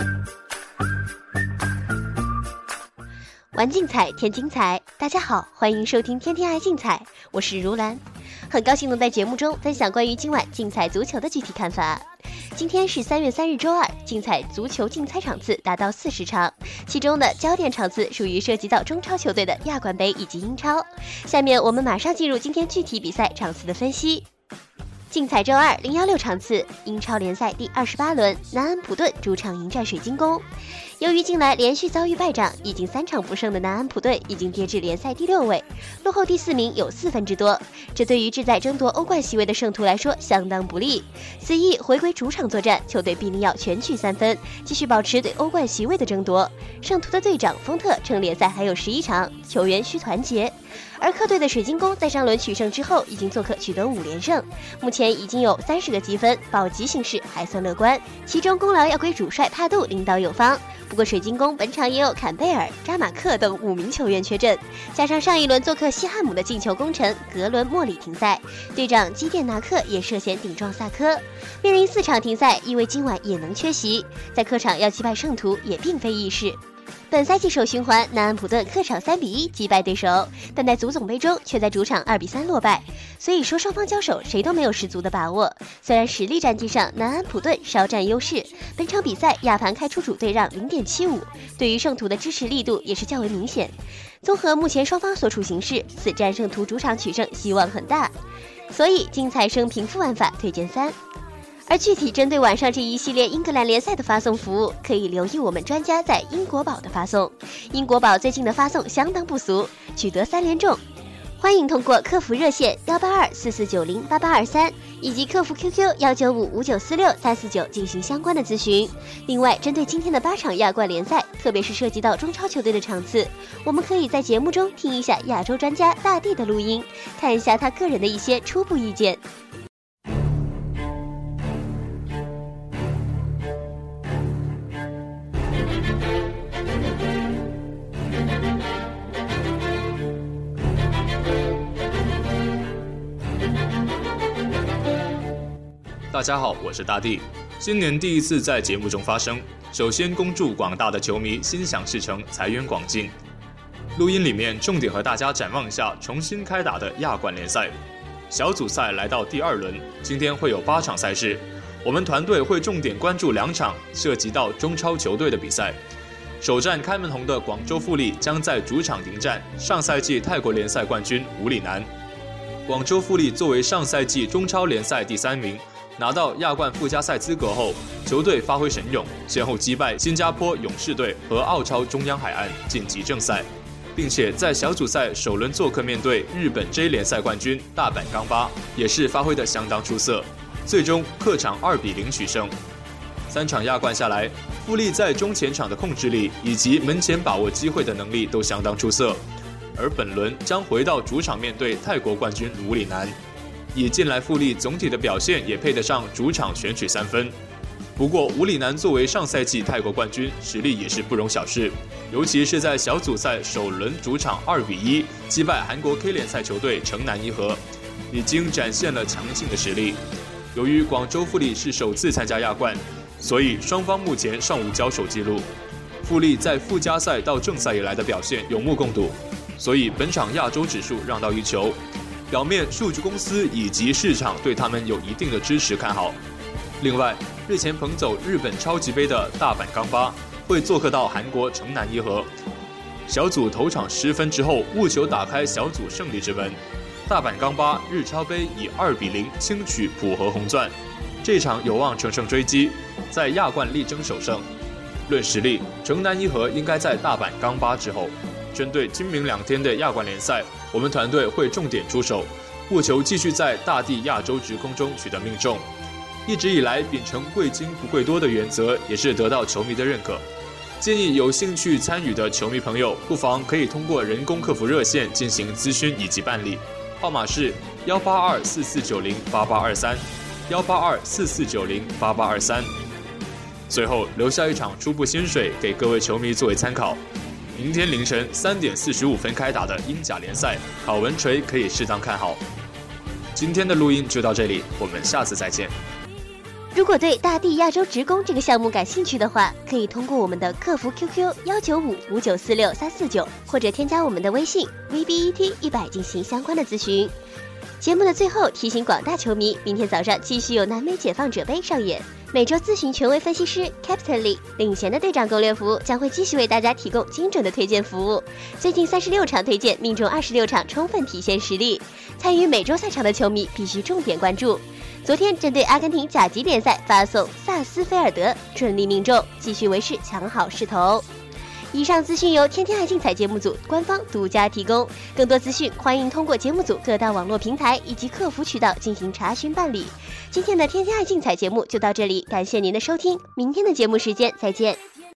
玩竞彩添精彩，大家好，欢迎收听天天爱竞彩，我是如兰，很高兴能在节目中分享关于今晚竞彩足球的具体看法。今天是3月3日周二，竞彩足球竞猜场次达到40场，其中的焦点场次属于涉及到中超球队的亚冠杯以及英超。下面我们马上进入今天具体比赛场次的分析。竞彩周二016场次，英超联赛第28轮，南安普顿主场迎战水晶宫。由于近来连续遭遇败仗，已经3场不胜的南安普顿已经跌至联赛第6位，落后第4名有4分之多。这对于志在争夺欧冠席位的圣徒来说相当不利。此役回归主场作战，球队必定要全取3分，继续保持对欧冠席位的争夺。圣徒的队长丰特称联赛还有11场，球员需团结。而客队的水晶宫在上轮取胜之后，已经做客取得5连胜，目前已经有30个积分，保级形势还算乐观。其中功劳要归主帅帕杜领导有方。不过水晶宫本场也有坎贝尔、扎马克等5名球员缺阵，加上上一轮做客西汉姆的进球功臣格伦莫里停赛，队长基甸拿克也涉嫌顶撞萨科。面临4场停赛，意味今晚也能缺席，在客场要击败圣徒也并非易事。本赛季首循环，南安普顿客场3-1击败对手，但在足总杯中却在主场2-3落败，所以说双方交手谁都没有十足的把握。虽然实力战绩上南安普顿稍占优势，本场比赛亚盘开出主队让0.75，对于圣徒的支持力度也是较为明显。综合目前双方所处形势，此战圣徒主场取胜希望很大，所以竞彩生平负玩法推荐3。而具体针对晚上这一系列英格兰联赛的发送服务，可以留意我们专家在英国宝的发送。英国宝最近的发送相当不俗，取得3连中。欢迎通过客服热线18244908823以及客服 QQ1955946-349进行相关的咨询。另外，针对今天的8场亚冠联赛，特别是涉及到中超球队的场次，我们可以在节目中听一下亚洲专家大地的录音，看一下他个人的一些初步意见。 大家好，我是大地。新年第一次在节目中发声，首先恭祝广大的球迷心想事成，财源广进。录音里面重点和大家展望一下重新开打的亚冠联赛。小组赛来到第2轮，今天会有8场赛事，我们团队会重点关注2场涉及到中超球队的比赛。首战开门红的广州富力将在主场迎战上赛季泰国联赛冠军武里南。广州富力作为上赛季中超联赛第3名，拿到亚冠附加赛资格后，球队发挥神勇，先后击败新加坡勇士队和澳超中央海岸晋级正赛，并且在小组赛首轮做客面对日本 J 联赛冠军大阪钢巴，也是发挥得相当出色，最终客场2-0取胜。3场亚冠下来，富力在中前场的控制力以及门前把握机会的能力都相当出色，而本轮将回到主场面对泰国冠军武里南。以近来富力总体的表现也配得上主场全取3分。不过武里南作为上赛季泰国冠军，实力也是不容小视，尤其是在小组赛首轮主场2-1击败韩国 K 联赛球队城南一和，已经展现了强劲的实力。由于广州富力是首次参加亚冠，所以双方目前尚无交手记录。富力在附加赛到正赛以来的表现有目共睹，所以本场亚洲指数让到1球。表面数据公司以及市场对他们有一定的支持看好。另外，日前捧走日本超级杯的大阪钢巴会做客到韩国城南一和。小组头场10分之后，务求打开小组胜利之门。大阪钢巴日超杯以2-0轻取浦和红钻，这场有望乘胜追击，在亚冠力争首胜。论实力，城南一和应该在大阪钢巴之后。针对今明2天的亚冠联赛，我们团队会重点出手，务求继续在大地亚洲直攻中取得命中。一直以来秉承贵精不贵多的原则，也是得到球迷的认可。建议有兴趣参与的球迷朋友，不妨可以通过人工客服热线进行咨询以及办理，号码是18244908823，18244908823。最后留下一场初步薪水给各位球迷作为参考。明天凌晨3点45分开打的英甲联赛，郝文垂可以适当看好。今天的录音就到这里，我们下次再见。 如果对大地亚洲职工这个项目感兴趣的话，可以通过我们的客服 QQ19559463349，或者添加我们的微信 VBET100进行相关的咨询。节目的最后提醒广大球迷，明天早上继续有南美解放者杯上演。每周咨询权威分析师 Captain Lee 领衔的队长攻略服将会继续为大家提供精准的推荐服务。最近36场推荐命中26场，充分体现实力。参与每周赛场的球迷必须重点关注。昨天针对阿根廷甲级联赛发送萨斯菲尔德，顺利命中，继续维持强好势头。以上资讯由天天爱竞彩节目组官方独家提供，更多资讯欢迎通过节目组各大网络平台以及客服渠道进行查询办理。今天的天天爱竞彩节目就到这里，感谢您的收听，明天的节目时间再见。